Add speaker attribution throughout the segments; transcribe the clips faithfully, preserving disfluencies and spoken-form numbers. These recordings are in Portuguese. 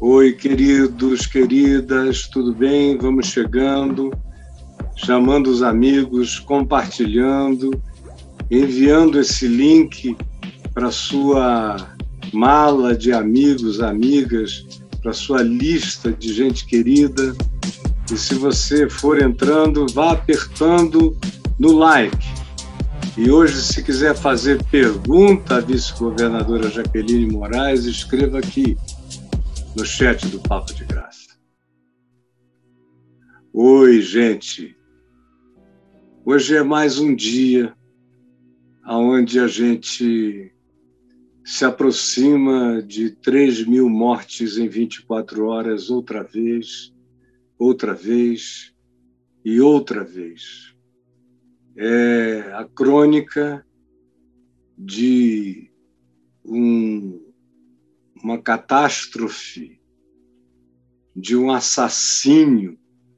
Speaker 1: Oi, queridos, queridas, tudo bem? Vamos chegando, chamando os amigos, compartilhando, enviando esse link para sua mala de amigos, amigas, para sua lista de gente querida. E se você for entrando, vá apertando no like. E hoje, se quiser fazer pergunta à vice-governadora Jaqueline Moraes, escreva aqui no chat do Papo de Graça. Oi, gente. Hoje é mais um dia onde a gente se aproxima de três mil mortes em vinte e quatro horas, outra vez, outra vez e outra vez. É a crônica de um uma catástrofe, de um assassínio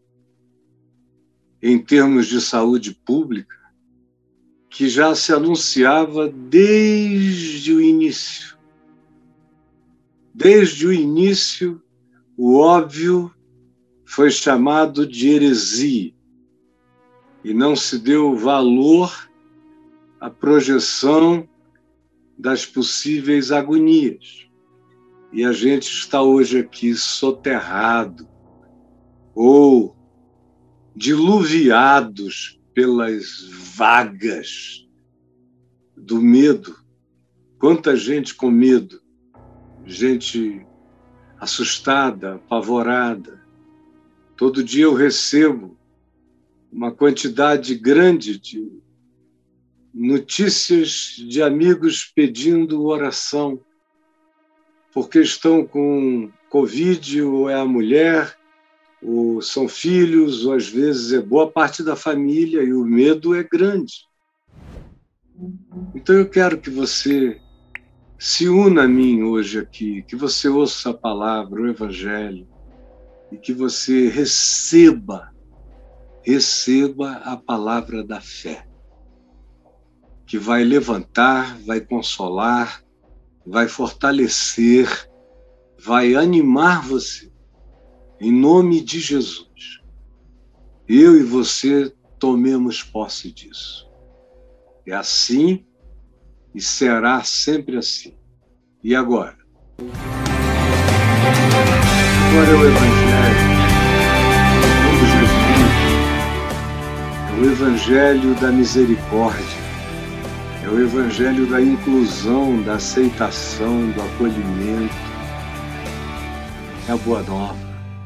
Speaker 1: em termos de saúde pública, que já se anunciava desde o início. Desde o início, o óbvio foi chamado de heresia, e não se deu valor à projeção das possíveis agonias. E a gente está hoje aqui soterrado ou diluviados pelas vagas do medo. Quanta gente com medo, gente assustada, apavorada. Todo dia eu recebo uma quantidade grande de notícias de amigos pedindo oração, porque estão com Covid, ou é a mulher, ou são filhos, ou às vezes é boa parte da família, e o medo é grande. Então eu quero que você se una a mim hoje aqui, que você ouça a palavra, o Evangelho, e que você receba, receba a palavra da fé, que vai levantar, vai consolar, vai fortalecer, vai animar você, em nome de Jesus. Eu e você tomemos posse disso. É assim e será sempre assim. E agora? Agora é o Evangelho, segundo Jesus, é o Evangelho da misericórdia, é o Evangelho da inclusão, da aceitação, do acolhimento. É a Boa Nova.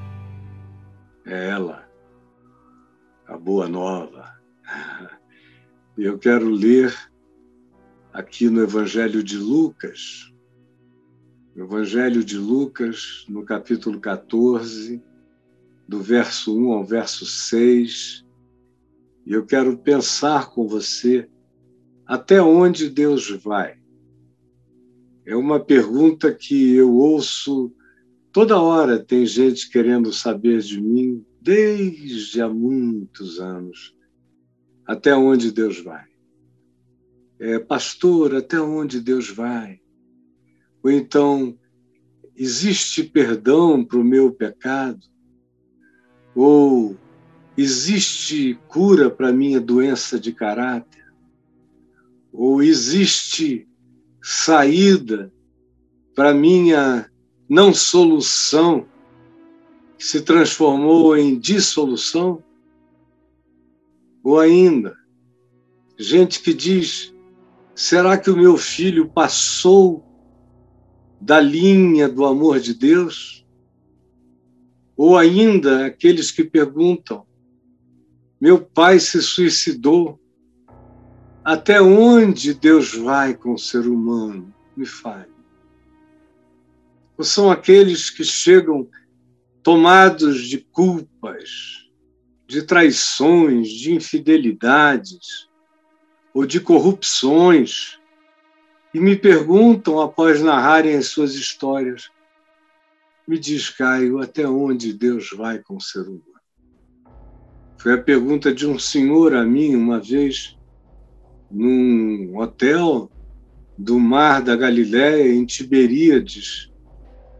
Speaker 1: É ela, a Boa Nova. E eu quero ler aqui no Evangelho de Lucas, no Evangelho de Lucas, no capítulo quatorze, do verso um ao verso seis, e eu quero pensar com você até onde Deus vai? É uma pergunta que eu ouço toda hora. Tem gente querendo saber de mim desde há muitos anos. Até onde Deus vai? É, pastor, até onde Deus vai? Ou então, existe perdão para o meu pecado? Ou existe cura para a minha doença de caráter? Ou existe saída para minha não solução, que se transformou em dissolução? Ou ainda, gente que diz, será que o meu filho passou da linha do amor de Deus? Ou ainda, aqueles que perguntam, meu pai se suicidou, até onde Deus vai com o ser humano? Me fale. Ou são aqueles que chegam tomados de culpas, de traições, de infidelidades ou de corrupções e me perguntam, após narrarem as suas histórias, me diz, Caio, até onde Deus vai com o ser humano? Foi a pergunta de um senhor a mim uma vez, num hotel do Mar da Galileia, em Tiberíades,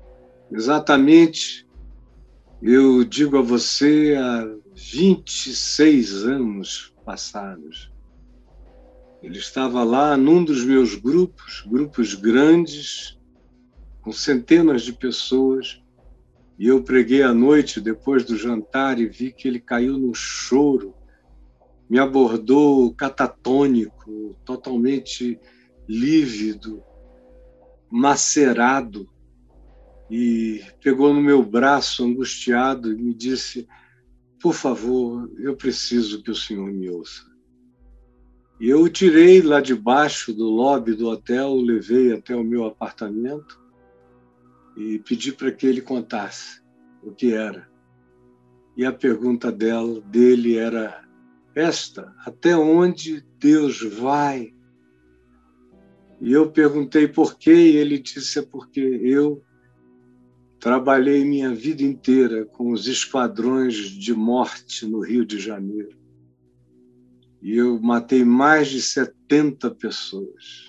Speaker 1: Exatamente, eu digo a você, há vinte e seis anos passados. Ele estava lá num dos meus grupos, grupos grandes, com centenas de pessoas, e eu preguei à noite, depois do jantar, e vi que ele caiu num choro, me abordou catatônico, totalmente lívido, macerado, e pegou no meu braço, angustiado, e me disse: por favor, eu preciso que o senhor me ouça. E eu o tirei lá de baixo do lobby do hotel, o levei até o meu apartamento e pedi para que ele contasse o que era. E a pergunta dela, dele era esta: até onde Deus vai? E eu perguntei por quê, e ele disse: é porque eu trabalhei minha vida inteira com os esquadrões de morte no Rio de Janeiro. E eu matei mais de setenta pessoas.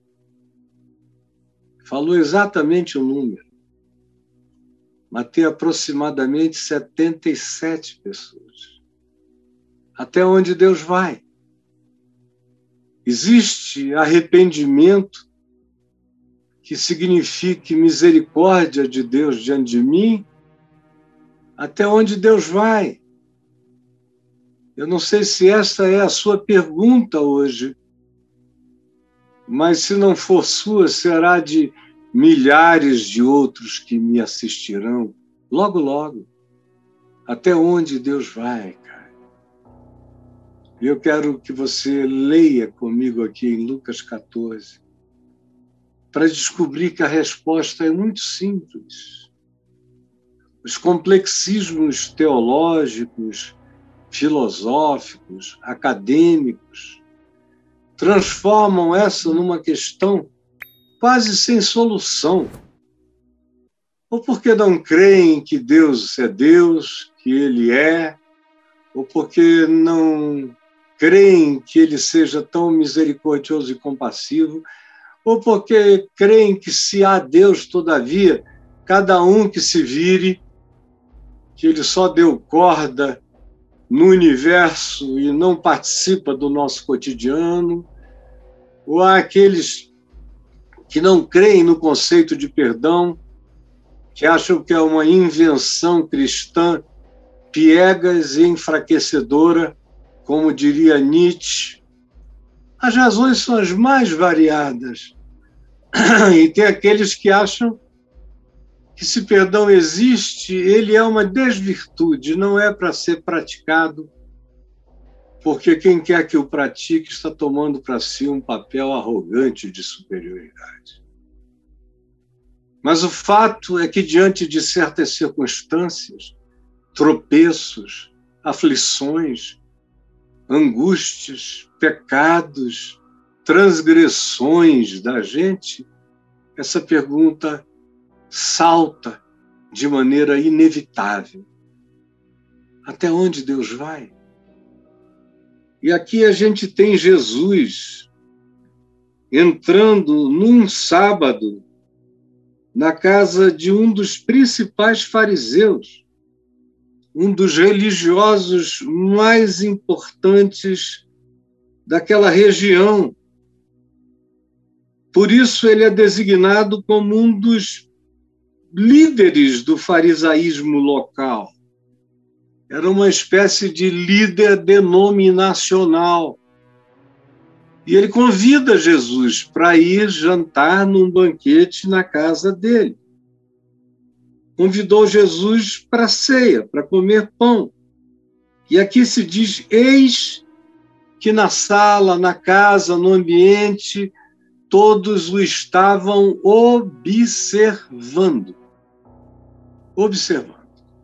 Speaker 1: Falou exatamente o número. Matei aproximadamente setenta e sete pessoas. Até onde Deus vai? Existe arrependimento que signifique misericórdia de Deus diante de mim? Até onde Deus vai? Eu não sei se essa é a sua pergunta hoje, mas se não for sua, será de milhares de outros que me assistirão logo, logo. Até onde Deus vai, cara? E eu quero que você leia comigo aqui em Lucas quatorze, para descobrir que a resposta é muito simples. Os complexismos teológicos, filosóficos, acadêmicos, transformam essa numa questão quase sem solução. Ou porque não creem que Deus é Deus, que Ele é, ou porque não creem que Ele seja tão misericordioso e compassivo, ou porque creem que se há Deus, todavia, cada um que se vire, que Ele só deu corda no universo e não participa do nosso cotidiano, ou há aqueles que não creem no conceito de perdão, que acham que é uma invenção cristã piegas e enfraquecedora, como diria Nietzsche. As razões são as mais variadas. E tem aqueles que acham que se perdão existe, ele é uma desvirtude, não é para ser praticado, porque quem quer que o pratique está tomando para si um papel arrogante de superioridade. Mas o fato é que, diante de certas circunstâncias, tropeços, aflições, angústias, pecados, transgressões da gente, essa pergunta salta de maneira inevitável. Até onde Deus vai? E aqui a gente tem Jesus entrando num sábado na casa de um dos principais fariseus, um dos religiosos mais importantes daquela região. Por isso ele é designado como um dos líderes do farisaísmo local. Era uma espécie de líder denominacional. E ele convida Jesus para ir jantar num banquete na casa dele. Convidou Jesus para a ceia, para comer pão. E aqui se diz: eis que na sala, na casa, no ambiente, todos o estavam observando. Observando.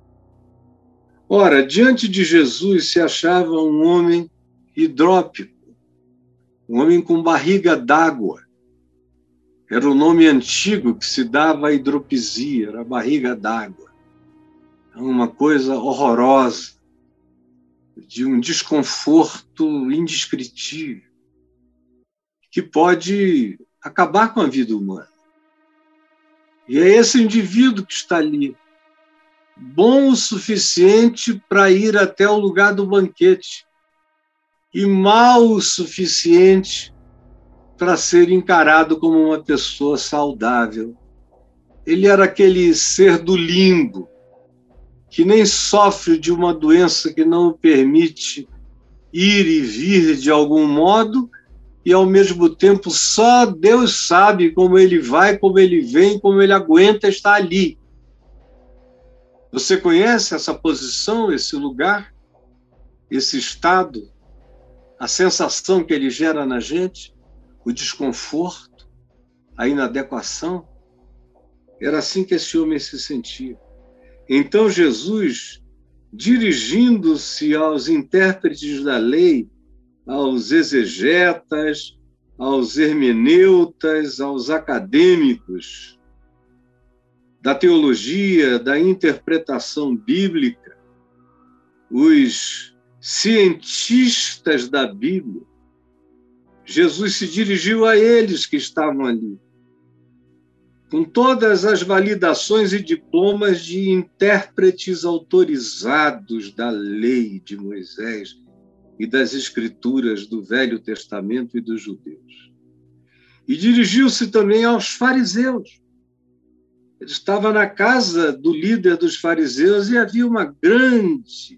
Speaker 1: Ora, diante de Jesus se achava um homem hidrópico, um homem com barriga d'água. Era o nome antigo que se dava à hidropisia, era a barriga d'água. Uma coisa horrorosa, de um desconforto indescritível, que pode acabar com a vida humana. E é esse indivíduo que está ali, bom o suficiente para ir até o lugar do banquete e mau o suficiente para ser encarado como uma pessoa saudável. Ele era aquele ser do limbo, que nem sofre de uma doença que não o permite ir e vir de algum modo, e ao mesmo tempo só Deus sabe como ele vai, como ele vem, como ele aguenta estar ali. Você conhece essa posição, esse lugar, esse estado, a sensação que ele gera na gente, o desconforto, a inadequação? Era assim que esse homem se sentia. Então Jesus, dirigindo-se aos intérpretes da lei, aos exegetas, aos hermeneutas, aos acadêmicos da teologia, da interpretação bíblica, os cientistas da Bíblia, Jesus se dirigiu a eles que estavam ali, com todas as validações e diplomas de intérpretes autorizados da lei de Moisés e das escrituras do Velho Testamento e dos judeus. E dirigiu-se também aos fariseus. Ele estava na casa do líder dos fariseus e havia uma grande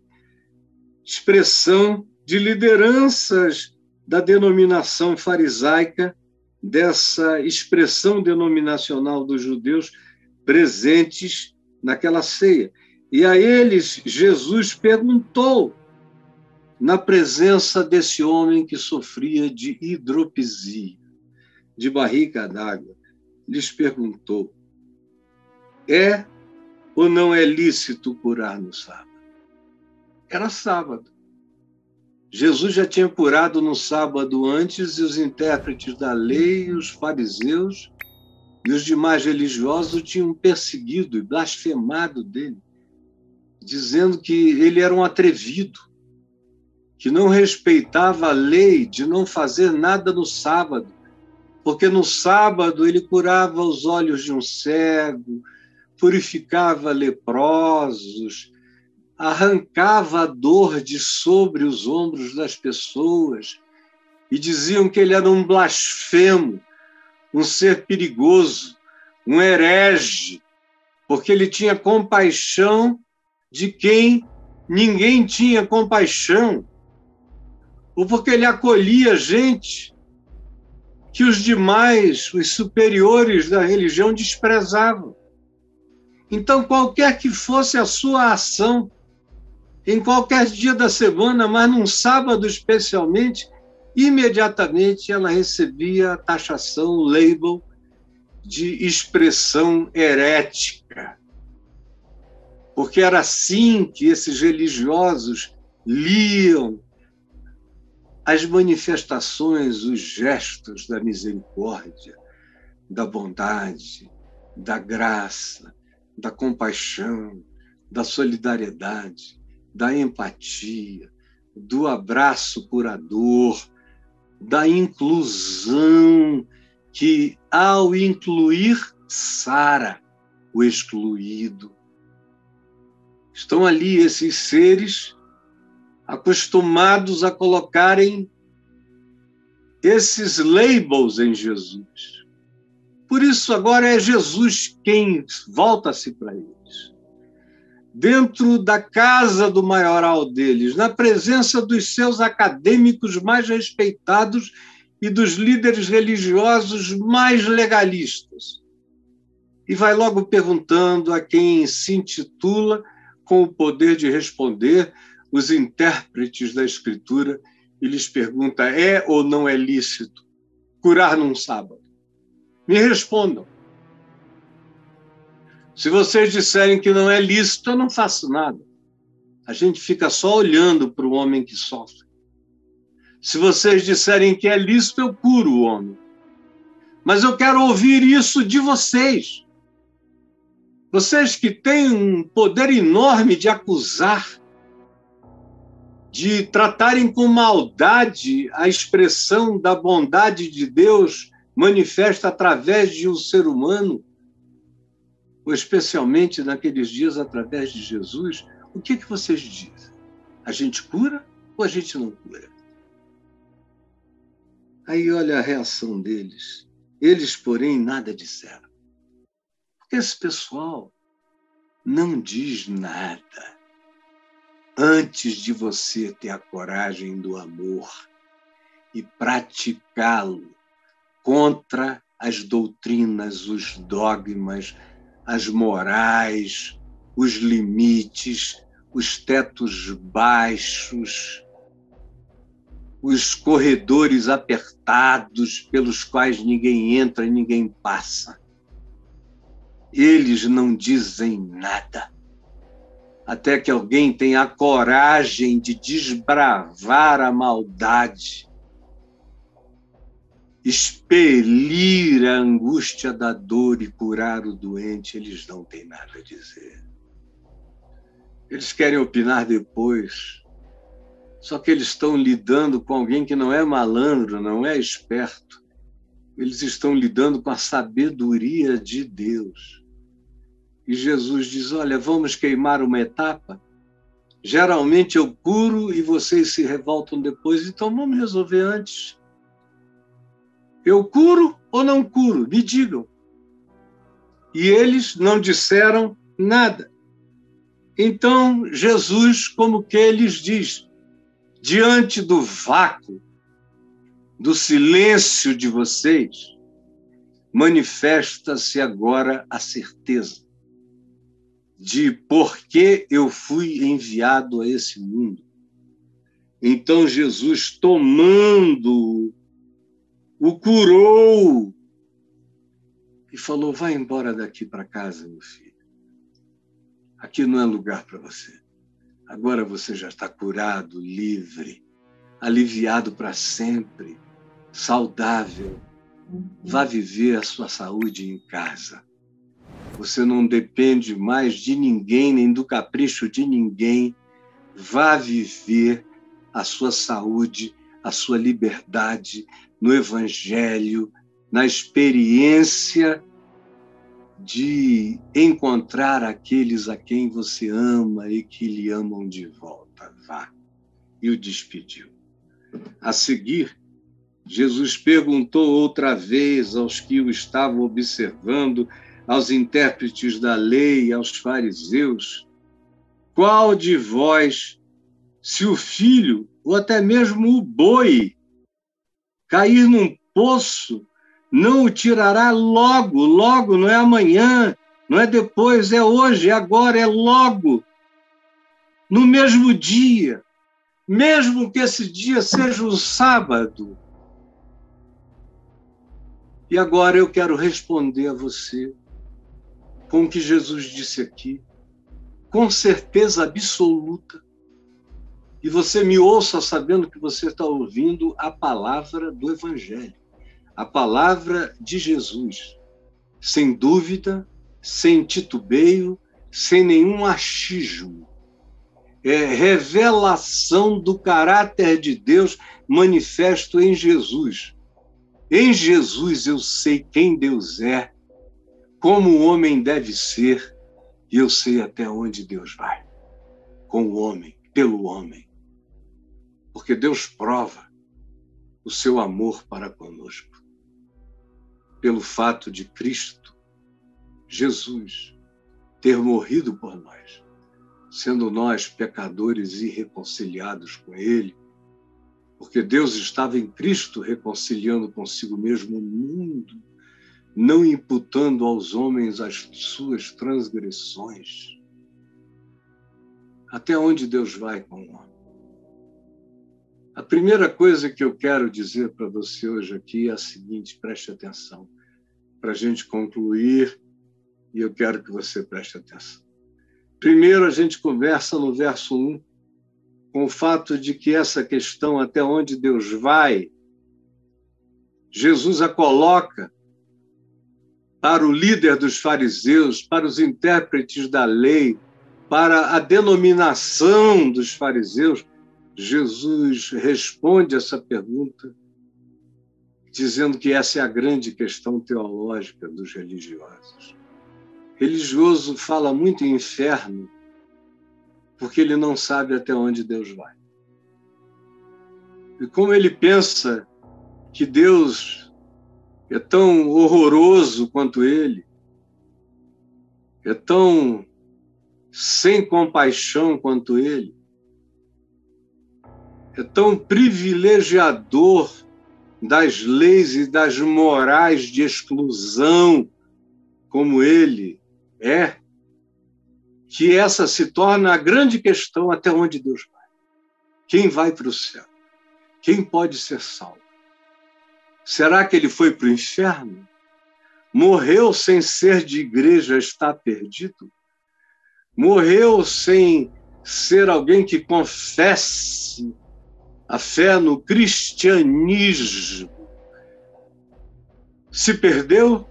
Speaker 1: expressão de lideranças da denominação farisaica, dessa expressão denominacional dos judeus presentes naquela ceia. E a eles Jesus perguntou, na presença desse homem que sofria de hidropisia, de barriga d'água, lhes perguntou: é ou não é lícito curar no sábado? Era sábado. Jesus já tinha curado no sábado antes, e os intérpretes da lei, os fariseus e os demais religiosos o tinham perseguido e blasfemado dele, dizendo que ele era um atrevido, que não respeitava a lei de não fazer nada no sábado, porque no sábado ele curava os olhos de um cego, purificava leprosos, arrancava a dor de sobre os ombros das pessoas, e diziam que ele era um blasfemo, um ser perigoso, um herege, porque ele tinha compaixão de quem ninguém tinha compaixão, ou porque ele acolhia gente que os demais, os superiores da religião, desprezavam. Então, qualquer que fosse a sua ação, em qualquer dia da semana, mas num sábado especialmente, imediatamente ela recebia a taxação, o label de expressão herética. Porque era assim que esses religiosos liam as manifestações, os gestos da misericórdia, da bondade, da graça, da compaixão, da solidariedade, da empatia, do abraço curador, da inclusão, que, ao incluir, sara o excluído. Estão ali esses seres acostumados a colocarem esses labels em Jesus. Por isso, agora é Jesus quem volta-se para eles. Dentro da casa do maioral deles, na presença dos seus acadêmicos mais respeitados e dos líderes religiosos mais legalistas. E vai logo perguntando a quem se intitula com o poder de responder, os intérpretes da Escritura, e lhes pergunta: é ou não é lícito curar num sábado? Me respondam. Se vocês disserem que não é lícito, eu não faço nada. A gente fica só olhando para o homem que sofre. Se vocês disserem que é lícito, eu curo o homem. Mas eu quero ouvir isso de vocês. Vocês que têm um poder enorme de acusar, de tratarem com maldade a expressão da bondade de Deus manifesta através de um ser humano. ou especialmente naqueles dias através de Jesus, o que, que vocês dizem? A gente cura ou a gente não cura? Aí olha a reação deles. Eles, porém, nada disseram. Porque esse pessoal não diz nada antes de você ter a coragem do amor e praticá-lo contra as doutrinas, os dogmas, as morais, os limites, os tetos baixos, os corredores apertados pelos quais ninguém entra e ninguém passa. Eles não dizem nada, até que alguém tenha a coragem de desbravar a maldade, expelir a angústia da dor e curar o doente. Eles não têm nada a dizer. Eles querem opinar depois, só que eles estão lidando com alguém que não é malandro, não é esperto. Eles estão lidando com a sabedoria de Deus. E Jesus diz, olha, vamos queimar uma etapa? Geralmente eu curo e vocês se revoltam depois, então vamos resolver antes. Eu curo ou não curo? Me digam. E eles não disseram nada. Então, Jesus, como que lhes diz, diante do vácuo, do silêncio de vocês, manifesta-se agora a certeza de por que eu fui enviado a esse mundo. Então, Jesus, tomando-o, o curou e falou, vai embora daqui para casa, meu filho. Aqui não é lugar para você. Agora você já está curado, livre, aliviado para sempre, saudável. Vá viver a sua saúde em casa. Você não depende mais de ninguém, nem do capricho de ninguém. Vá viver a sua saúde, a sua liberdade no Evangelho, na experiência de encontrar aqueles a quem você ama e que lhe amam de volta. Vá. E o despediu. A seguir, Jesus perguntou outra vez aos que o estavam observando, aos intérpretes da lei, aos fariseus, qual de vós, se o filho, ou até mesmo o boi, cair num poço, não o tirará logo, logo, não é amanhã, não é depois, é hoje, é agora, é logo, no mesmo dia, mesmo que esse dia seja um sábado. E agora eu quero responder a você com o que Jesus disse aqui, com certeza absoluta. E você me ouça sabendo que você está ouvindo a palavra do Evangelho, a palavra de Jesus, sem dúvida, sem titubeio, sem nenhum achismo. É revelação do caráter de Deus manifesto em Jesus. Em Jesus eu sei quem Deus é, como o homem deve ser, e eu sei até onde Deus vai, com o homem, pelo homem. Porque Deus prova o seu amor para conosco, pelo fato de Cristo, Jesus, ter morrido por nós, sendo nós pecadores irreconciliados com Ele, porque Deus estava em Cristo reconciliando consigo mesmo o mundo, não imputando aos homens as suas transgressões. Até onde Deus vai com o homem? A primeira coisa que eu quero dizer para você hoje aqui é a seguinte, preste atenção, para a gente concluir, e eu quero que você preste atenção. Primeiro, a gente conversa no verso um, com o fato de que essa questão, até onde Deus vai, Jesus a coloca para o líder dos fariseus, para os intérpretes da lei, para a denominação dos fariseus. Jesus responde essa pergunta dizendo que essa é a grande questão teológica dos religiosos. Religioso fala muito em inferno porque ele não sabe até onde Deus vai. E como ele pensa que Deus é tão horroroso quanto ele, é tão sem compaixão quanto ele, é tão privilegiador das leis e das morais de exclusão como ele é, que essa se torna a grande questão até onde Deus vai. Quem vai para o céu? Quem pode ser salvo? Será que ele foi para o inferno? Morreu sem ser de igreja, está perdido? Morreu sem ser alguém que confesse a fé no cristianismo? Se perdeu?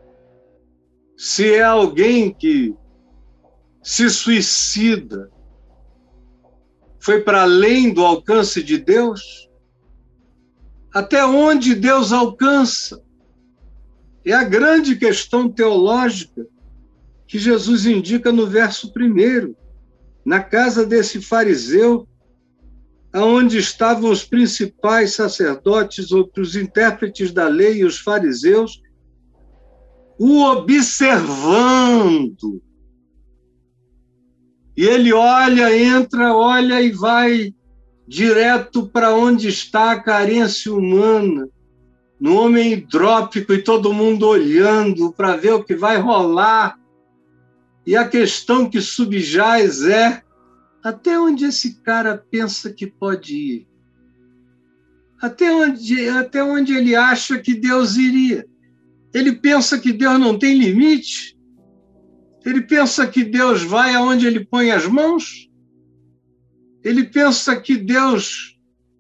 Speaker 1: Se é alguém que se suicida, foi para além do alcance de Deus? Até onde Deus alcança? É a grande questão teológica que Jesus indica no verso primeiro. Na casa desse fariseu, aonde estavam os principais sacerdotes, outros intérpretes da lei e os fariseus, o observando. E ele olha, entra, olha e vai direto para onde está a carência humana, no homem hidrópico, e todo mundo olhando para ver o que vai rolar. E a questão que subjaz é: até onde esse cara pensa que pode ir? Até onde, até onde ele acha que Deus iria? Ele pensa que Deus não tem limite? Ele pensa que Deus vai aonde ele põe as mãos? Ele pensa que Deus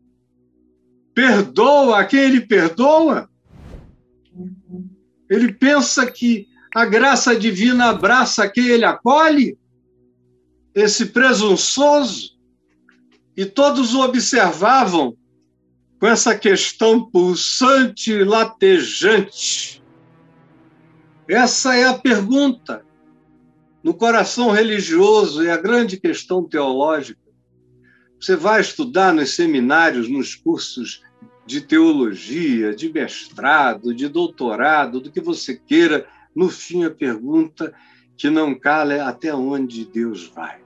Speaker 1: perdoa a quem ele perdoa? Ele pensa que a graça divina abraça quem ele acolhe? Esse presunçoso? E todos o observavam com essa questão pulsante, latejante. Essa é a pergunta no coração religioso, é a grande questão teológica. Você vai estudar nos seminários, nos cursos de teologia, de mestrado, de doutorado, do que você queira, no fim a pergunta que não cala é: até onde Deus vai?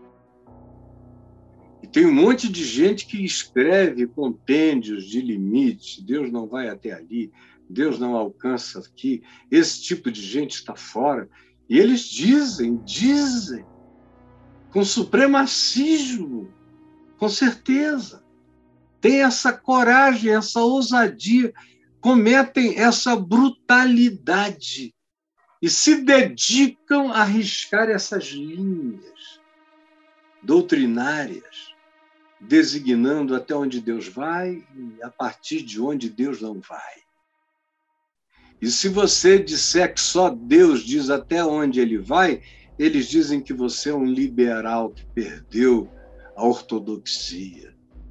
Speaker 1: E tem um monte de gente que escreve compêndios de limite: Deus não vai até ali, Deus não alcança aqui, esse tipo de gente está fora. E eles dizem, dizem, com supremacismo, com certeza. Tem essa coragem, essa ousadia, cometem essa brutalidade e se dedicam a riscar essas linhas doutrinárias, designando até onde Deus vai e a partir de onde Deus não vai. E se você disser que só Deus diz até onde ele vai, eles dizem que você é um liberal que perdeu a ortodoxia.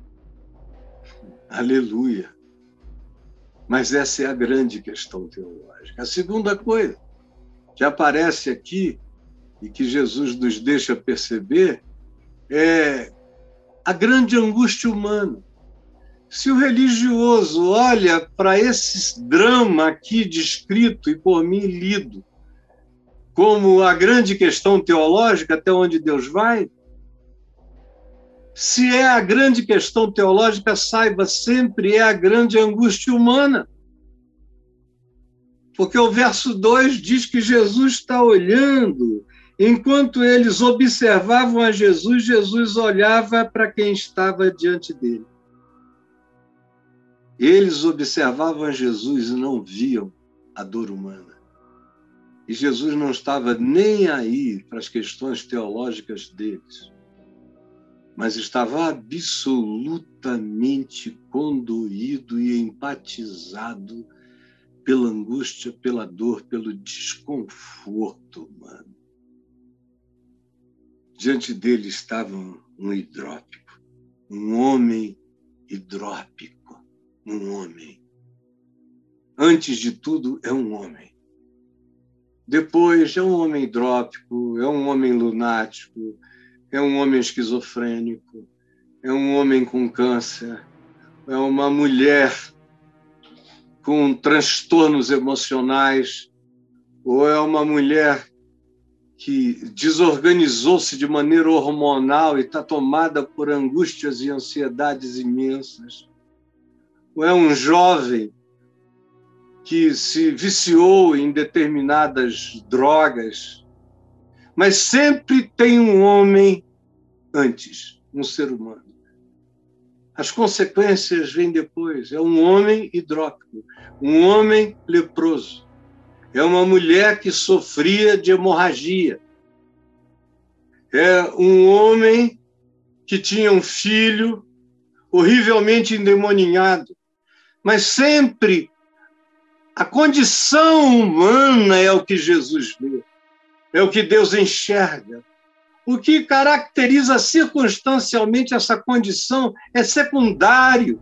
Speaker 1: Aleluia! Mas essa é a grande questão teológica. A segunda coisa que aparece aqui e que Jesus nos deixa perceber é a grande angústia humana. Se o religioso olha para esse drama aqui descrito e por mim lido como a grande questão teológica, até onde Deus vai, se é a grande questão teológica, saiba, sempre é a grande angústia humana. Porque o verso dois diz que Jesus está olhando. Enquanto eles observavam a Jesus, Jesus olhava para quem estava diante dele. Eles observavam a Jesus e não viam a dor humana. E Jesus não estava nem aí para as questões teológicas deles, mas estava absolutamente condoído e empatizado pela angústia, pela dor, pelo desconforto humano. Diante dele estava um hidrópico, um homem hidrópico. Um homem. Antes de tudo, é um homem. Depois, é um homem hidrópico, é um homem lunático, é um homem esquizofrênico, é um homem com câncer, é uma mulher com transtornos emocionais, ou é uma mulher que desorganizou-se de maneira hormonal e está tomada por angústias e ansiedades imensas, ou é um jovem que se viciou em determinadas drogas, mas sempre tem um homem antes, um ser humano. As consequências vêm depois. É um homem hidrópico, um homem leproso, é uma mulher que sofria de hemorragia, é um homem que tinha um filho horrivelmente endemoninhado, mas sempre a condição humana é o que Jesus vê, é o que Deus enxerga. O que caracteriza circunstancialmente essa condição é secundário.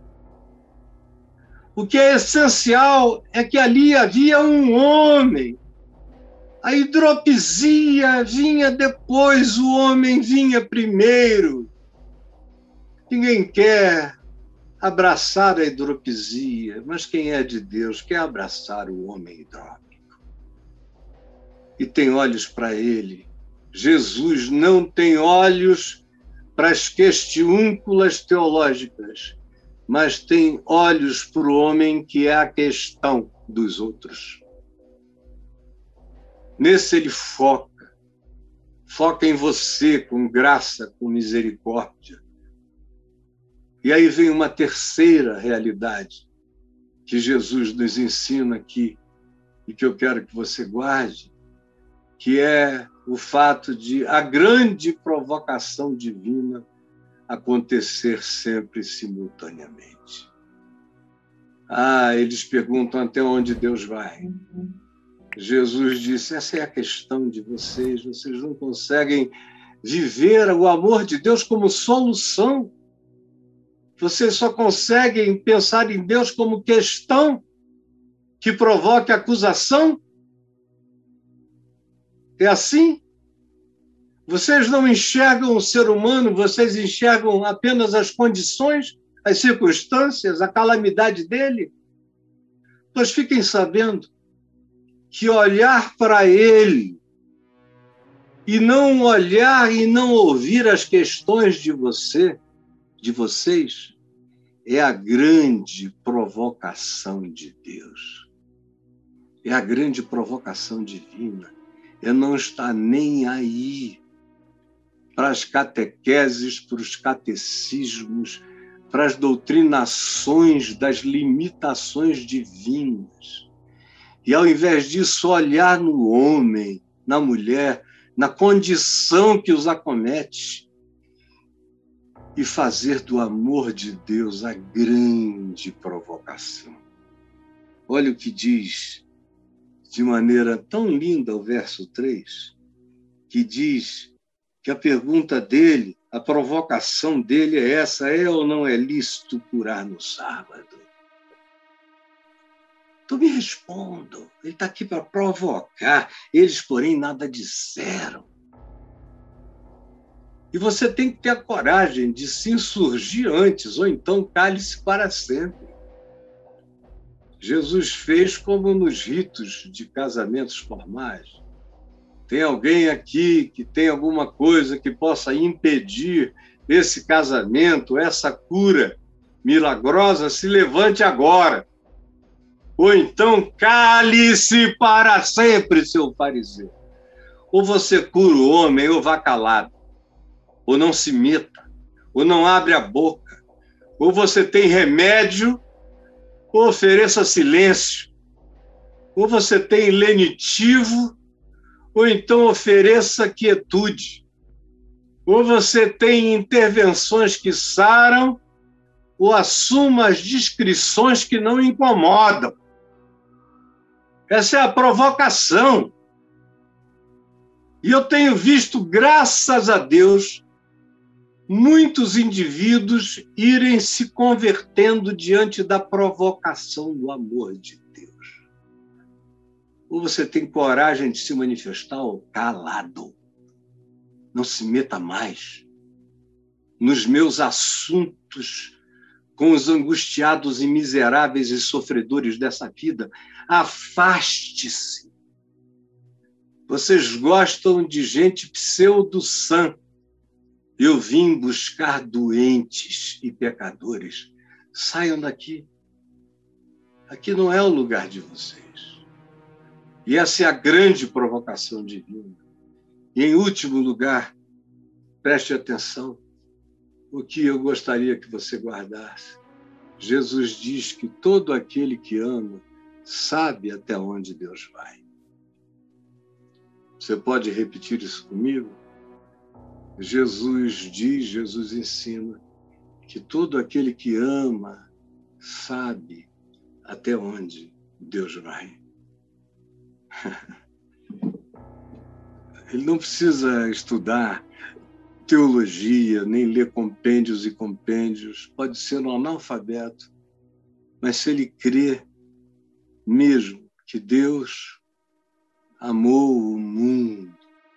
Speaker 1: O que é essencial é que ali havia um homem. A hidropisia vinha depois, o homem vinha primeiro. Ninguém quer abraçar a hidropisia, mas quem é de Deus quer abraçar o homem hidrópico. E tem olhos para ele. Jesus não tem olhos para as questiúnculas teológicas, mas tem olhos para o homem que é a questão dos outros. Nesse ele foca. Foca em você com graça, com misericórdia. E aí vem uma terceira realidade que Jesus nos ensina aqui e que eu quero que você guarde, que é o fato de a grande provocação divina acontecer sempre simultaneamente. Ah, eles perguntam até onde Deus vai. Jesus disse, essa é a questão de vocês, vocês não conseguem viver o amor de Deus como solução. Vocês só conseguem pensar em Deus como questão que provoque acusação. É assim? Vocês não enxergam o ser humano, vocês enxergam apenas as condições, as circunstâncias, a calamidade dele. Pois fiquem sabendo que olhar para ele e não olhar e não ouvir as questões de você, de vocês, é a grande provocação de Deus. É a grande provocação divina. É não estar nem aí para as catequeses, para os catecismos, para as doutrinações das limitações divinas. E, ao invés disso, olhar no homem, na mulher, na condição que os acomete e fazer do amor de Deus a grande provocação. Olha o que diz de maneira tão linda o verso três, que diz que a pergunta dele, a provocação dele é essa, é ou não é lícito curar no sábado? Então me respondam, ele está aqui para provocar, eles, porém, nada disseram. E você tem que ter a coragem de se insurgir antes, ou então cale-se para sempre. Jesus fez como nos ritos de casamentos formais. Tem alguém aqui que tem alguma coisa que possa impedir esse casamento, essa cura milagrosa? Se levante agora. Ou então cale-se para sempre, seu fariseu. Ou você cura o homem, ou vá calado. Ou não se meta, ou não abre a boca. Ou você tem remédio, ou ofereça silêncio. Ou você tem lenitivo, ou então ofereça quietude. Ou você tem intervenções que saram, ou assuma as discrições que não incomodam. Essa é a provocação. E eu tenho visto, graças a Deus, muitos indivíduos irem se convertendo diante da provocação do amor de Deus. ou você tem coragem de se manifestar calado. Não se meta mais nos meus assuntos com os angustiados e miseráveis e sofredores dessa vida. Afaste-se. Vocês gostam de gente pseudo-sã. Eu vim buscar doentes e pecadores. Saiam daqui. Aqui não é o lugar de vocês. E essa é a grande provocação divina. E, em último lugar, preste atenção, o que eu gostaria que você guardasse. Jesus diz que todo aquele que ama sabe até onde Deus vai. Você pode repetir isso comigo? Jesus diz, Jesus ensina que todo aquele que ama sabe até onde Deus vai. Ele não precisa estudar teologia, nem ler compêndios e compêndios. Pode ser um analfabeto, mas se ele crê mesmo que Deus amou o mundo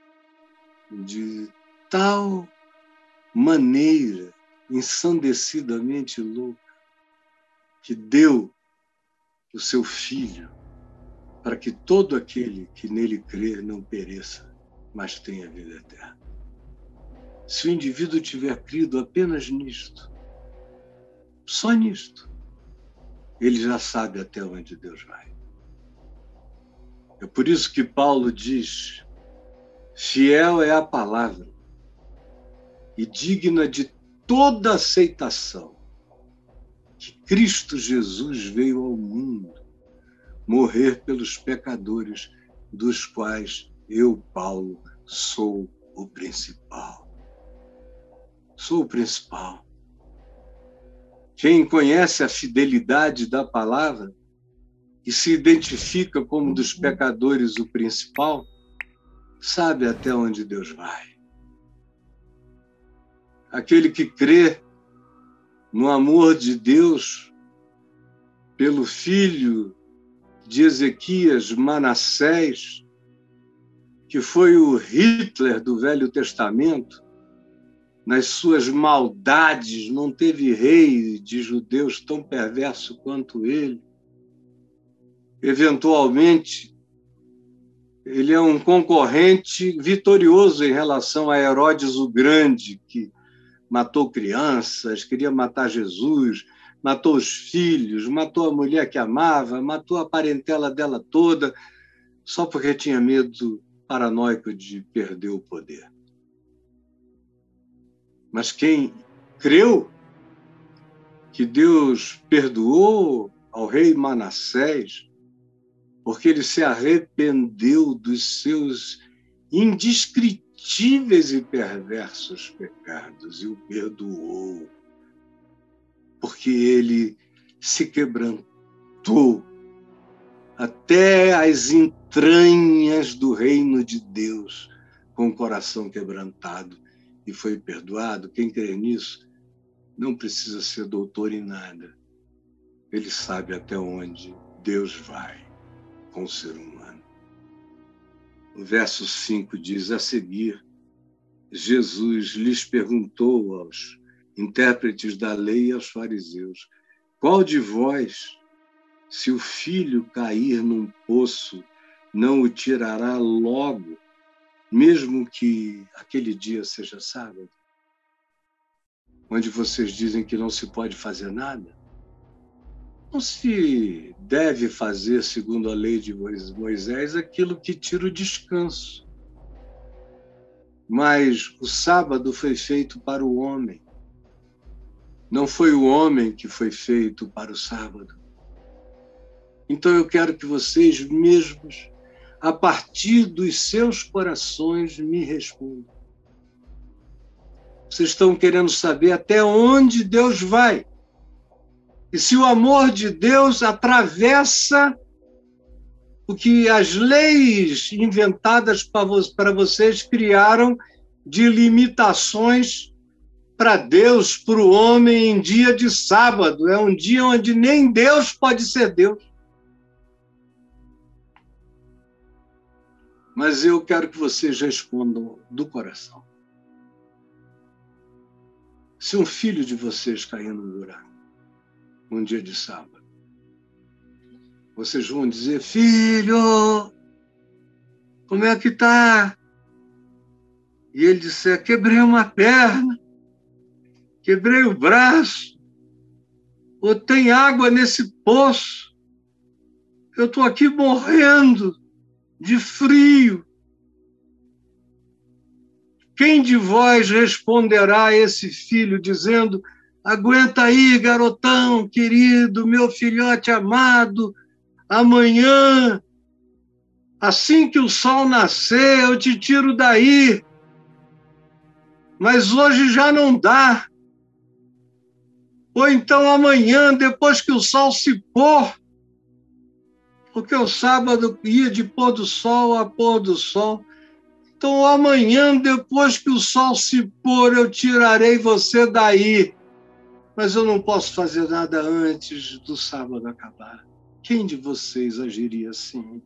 Speaker 1: de tal maneira ensandecidamente louca que deu o seu Filho para que todo aquele que nele crê não pereça, mas tenha vida eterna. Se o indivíduo tiver crido apenas nisto, só nisto, ele já sabe até onde Deus vai. É por isso que Paulo diz: fiel é a palavra e digna de toda aceitação que Cristo Jesus veio ao mundo morrer pelos pecadores, dos quais eu, Paulo, sou o principal. Sou o principal. Quem conhece a fidelidade da palavra e se identifica como dos pecadores o principal, sabe até onde Deus vai. Aquele que crê no amor de Deus pelo filho de Ezequias, Manassés, que foi o Hitler do Velho Testamento, nas suas maldades, não teve rei de judeus tão perverso quanto ele. Eventualmente, ele é um concorrente vitorioso em relação a Herodes o Grande, que matou crianças, queria matar Jesus, matou os filhos, matou a mulher que amava, matou a parentela dela toda, só porque tinha medo paranoico de perder o poder. Mas quem creu que Deus perdoou ao rei Manassés, porque ele se arrependeu dos seus indescritíveis e perversos pecados e o perdoou, porque ele se quebrantou até as entranhas do reino de Deus com o coração quebrantado e foi perdoado. Quem crê nisso não precisa ser doutor em nada. Ele sabe até onde Deus vai com o ser humano. O verso cinco diz: a seguir, Jesus lhes perguntou aos intérpretes da lei e aos fariseus: qual de vós, se o filho cair num poço, não o tirará logo, mesmo que aquele dia seja sábado? Onde vocês dizem que não se pode fazer nada? Não se deve fazer, segundo a lei de Moisés, aquilo que tira o descanso. Mas o sábado foi feito para o homem. Não foi o homem que foi feito para o sábado. Então eu quero que vocês mesmos, a partir dos seus corações, me respondam. Vocês estão querendo saber até onde Deus vai. E se o amor de Deus atravessa o que as leis inventadas para vocês criaram de limitações para Deus, para o homem, em dia de sábado. É um dia onde nem Deus pode ser Deus. Mas eu quero que vocês respondam do coração. Se um filho de vocês cair no buraco, um dia de sábado, vocês vão dizer: filho, como é que tá? E ele disser: quebrei uma perna, quebrei o braço, ou tem água nesse poço, eu estou aqui morrendo de frio. Quem de vós responderá a esse filho dizendo: aguenta aí, garotão querido, meu filhote amado, amanhã, assim que o sol nascer, eu te tiro daí, mas hoje já não dá. Ou então amanhã, depois que o sol se pôr, porque o sábado ia de pôr do sol a pôr do sol. Então amanhã, depois que o sol se pôr, eu tirarei você daí. Mas eu não posso fazer nada antes do sábado acabar. Quem de vocês agiria assim?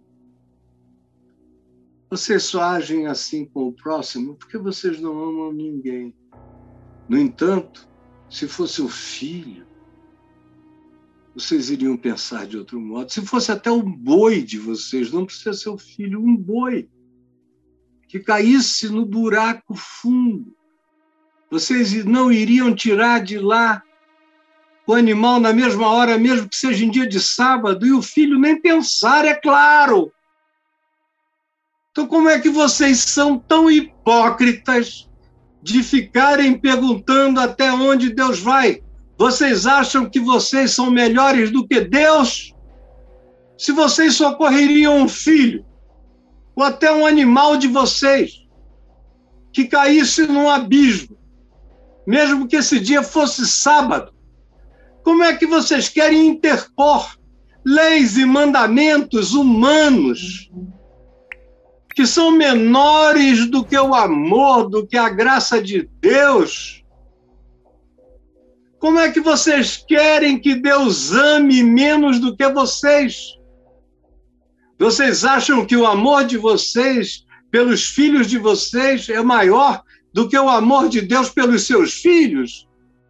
Speaker 1: Vocês só agem assim com o próximo porque vocês não amam ninguém. No entanto, se fosse o filho, vocês iriam pensar de outro modo. Se fosse até o boi de vocês, não precisa ser o filho, um boi que caísse no buraco fundo, vocês não iriam tirar de lá o animal na mesma hora, mesmo que seja em dia de sábado, e o filho nem pensar, é claro. Então, como é que vocês são tão hipócritas de ficarem perguntando até onde Deus vai? Vocês acham que vocês são melhores do que Deus? Se vocês socorreriam um filho, ou até um animal de vocês, que caísse num abismo, mesmo que esse dia fosse sábado, como é que vocês querem interpor leis e mandamentos humanos que são menores do que o amor, do que a graça de Deus? Como é que vocês querem que Deus ame menos do que vocês? Vocês acham que o amor de vocês pelos filhos de vocês é maior do que o amor de Deus pelos seus filhos?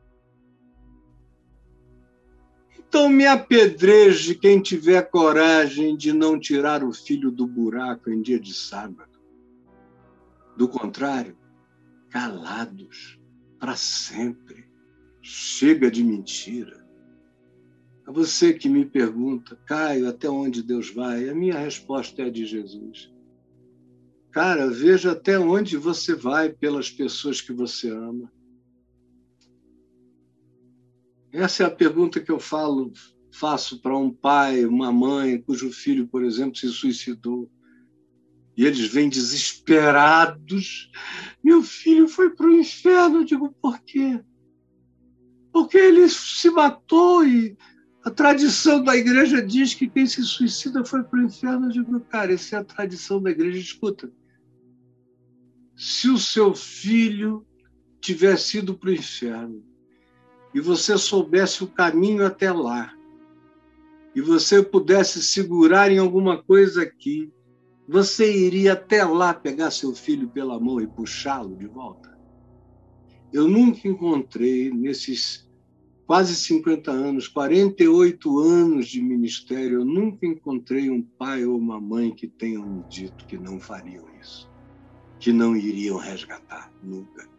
Speaker 1: Então me apedreje quem tiver coragem de não tirar o filho do buraco em dia de sábado. Do contrário, calados para sempre. Chega de mentira. A você que me pergunta: Caio, até onde Deus vai? A minha resposta é a de Jesus. Cara, veja até onde você vai pelas pessoas que você ama. Essa é a pergunta que eu falo, faço para um pai, uma mãe, cujo filho, por exemplo, se suicidou. E eles vêm desesperados. Meu filho foi para o inferno. Eu digo: por quê? Porque ele se matou e a tradição da igreja diz que quem se suicida foi para o inferno. Eu digo: cara, essa é a tradição da igreja. Escuta, se o seu filho tivesse ido para o inferno e você soubesse o caminho até lá, e você pudesse segurar em alguma coisa aqui, você iria até lá pegar seu filho pela mão e puxá-lo de volta? Eu nunca encontrei, nesses quase cinquenta anos, quarenta e oito anos de ministério, eu nunca encontrei um pai ou uma mãe que tenham me dito que não fariam isso, que não iriam resgatar, nunca.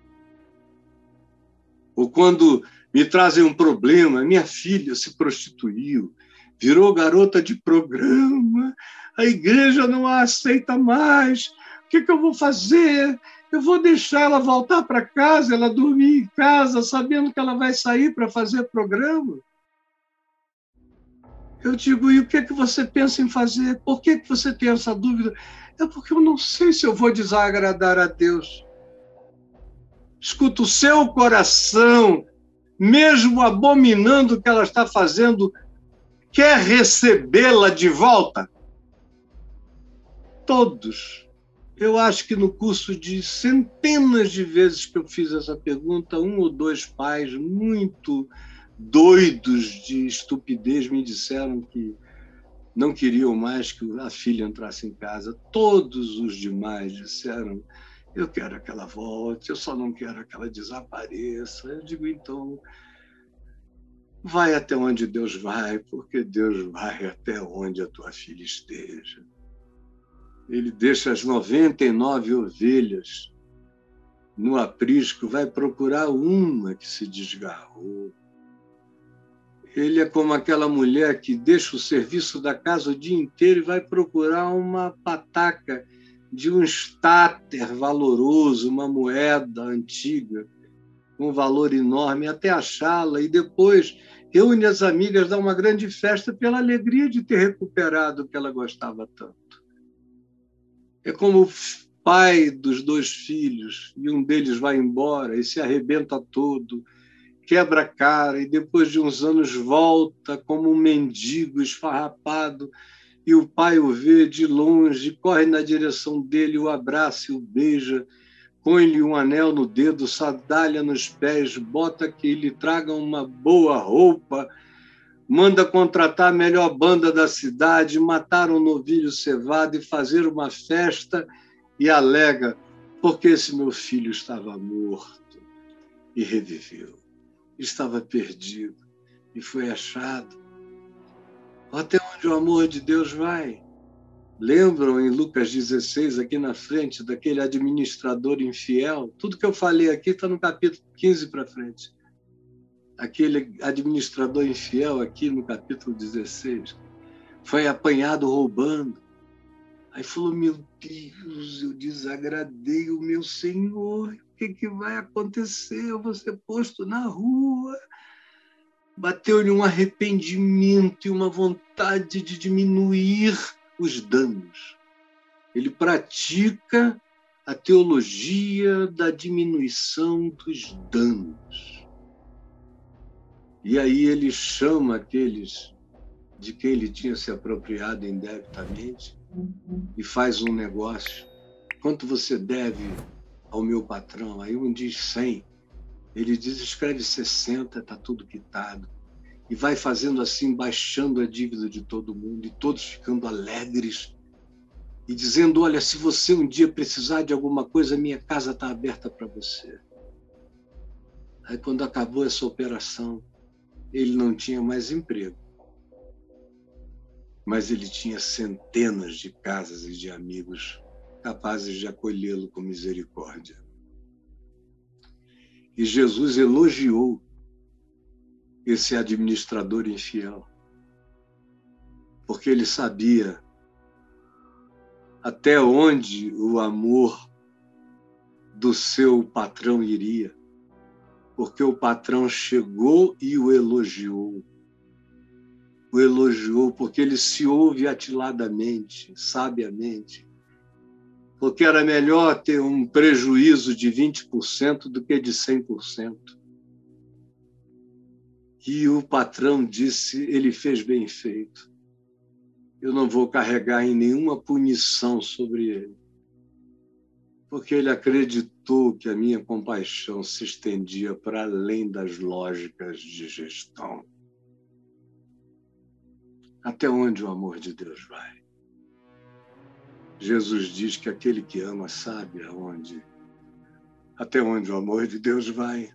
Speaker 1: Ou quando me trazem um problema: minha filha se prostituiu, virou garota de programa, a igreja não a aceita mais, o que, que eu vou fazer? Eu vou deixar ela voltar para casa, ela dormir em casa, sabendo que ela vai sair para fazer programa? Eu digo: e o que, que você pensa em fazer? Por que, que você tem essa dúvida? É porque eu não sei se eu vou desagradar a Deus. Escuta, o seu coração, mesmo abominando o que ela está fazendo, quer recebê-la de volta? Todos. Eu acho que no curso de centenas de vezes que eu fiz essa pergunta, um ou dois pais muito doidos de estupidez me disseram que não queriam mais que a filha entrasse em casa. Todos os demais disseram: eu quero que ela volte, eu só não quero que ela desapareça. Eu digo: então, vai até onde Deus vai, porque Deus vai até onde a tua filha esteja. Ele deixa as noventa e nove ovelhas no aprisco, vai procurar uma que se desgarrou. Ele é como aquela mulher que deixa o serviço da casa o dia inteiro e vai procurar uma pataca de um estáter valoroso, uma moeda antiga, com um valor enorme, até achá-la, e depois reúne as amigas, dá uma grande festa pela alegria de ter recuperado o que ela gostava tanto. É como o pai dos dois filhos, e um deles vai embora e se arrebenta todo, quebra a cara, e depois de uns anos volta como um mendigo esfarrapado, e o pai o vê de longe, corre na direção dele, o abraça e o beija, põe-lhe um anel no dedo, sandália nos pés, bota que lhe traga uma boa roupa, manda contratar a melhor banda da cidade, matar um novilho cevado e fazer uma festa, e alega: porque esse meu filho estava morto e reviveu. Estava perdido e foi achado. Até onde o amor de Deus vai? Lembram em Lucas dezesseis, aqui na frente, daquele administrador infiel? Tudo que eu falei aqui está no capítulo quinze para frente. Aquele administrador infiel aqui no capítulo dezesseis foi apanhado roubando. Aí falou: meu Deus, eu desagradei o meu Senhor, o que, que vai acontecer? Eu vou ser posto na rua. Bateu-lhe um arrependimento e uma vontade de diminuir os danos. Ele pratica a teologia da diminuição dos danos. E aí ele chama aqueles de quem ele tinha se apropriado indebitamente e faz um negócio. Quanto você deve ao meu patrão? Aí um diz cem. Ele diz: escreve sessenta, está tudo quitado. E vai fazendo assim, baixando a dívida de todo mundo, e todos ficando alegres, e dizendo: olha, se você um dia precisar de alguma coisa, minha casa está aberta para você. Aí quando acabou essa operação, ele não tinha mais emprego, mas ele tinha centenas de casas e de amigos capazes de acolhê-lo com misericórdia. E Jesus elogiou esse administrador infiel, porque ele sabia até onde o amor do seu patrão iria, porque o patrão chegou e o elogiou. O elogiou porque ele se ouve atiladamente, sabiamente, porque era melhor ter um prejuízo de vinte por cento do que de cem por cento. E o patrão disse: ele fez bem feito. Eu não vou carregar em nenhuma punição sobre ele, porque ele acreditou que a minha compaixão se estendia para além das lógicas de gestão. Até onde o amor de Deus vai? Jesus diz que aquele que ama sabe aonde, até onde o amor de Deus vai.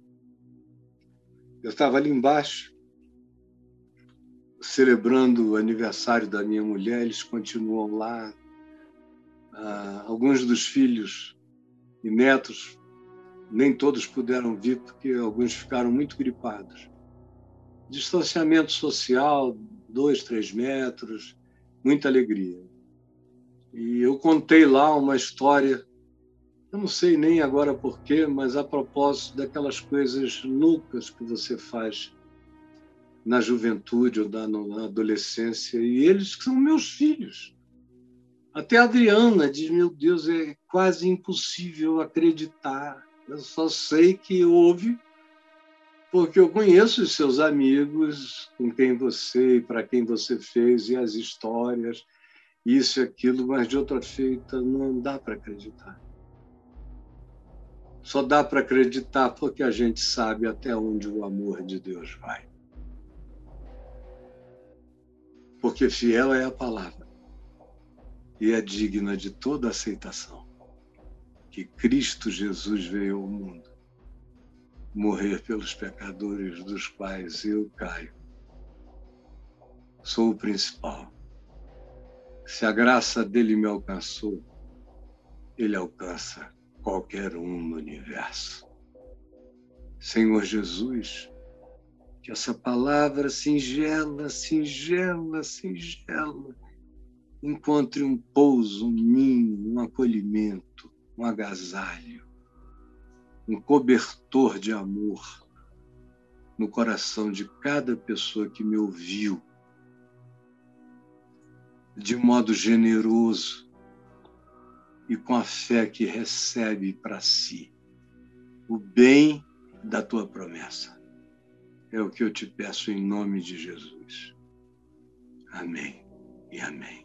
Speaker 1: Eu estava ali embaixo, celebrando o aniversário da minha mulher, eles continuam lá. Ah, alguns dos filhos e netos, nem todos puderam vir, porque alguns ficaram muito gripados. Distanciamento social, dois, três metros, muita alegria. E eu contei lá uma história, eu não sei nem agora porquê, mas a propósito daquelas coisas loucas que você faz na juventude ou na adolescência, e eles que são meus filhos. Até a Adriana diz: meu Deus, é quase impossível acreditar. Eu só sei que houve, porque eu conheço os seus amigos, com quem você e para quem você fez, e as histórias, isso e aquilo, mas de outra feita não dá para acreditar. Só dá para acreditar porque a gente sabe até onde o amor de Deus vai. porque fiel é a palavra e é digna de toda aceitação, que Cristo Jesus veio ao mundo morrer pelos pecadores dos quais eu, Caio, sou o principal. Se a graça dele me alcançou, ele alcança qualquer um no universo. Senhor Jesus, que essa palavra singela, singela, singela, encontre um pouso, um ninho, um acolhimento, um agasalho, um cobertor de amor no coração de cada pessoa que me ouviu, de modo generoso e com a fé que recebe para si o bem da tua promessa. É o que eu te peço em nome de Jesus. Amém e amém.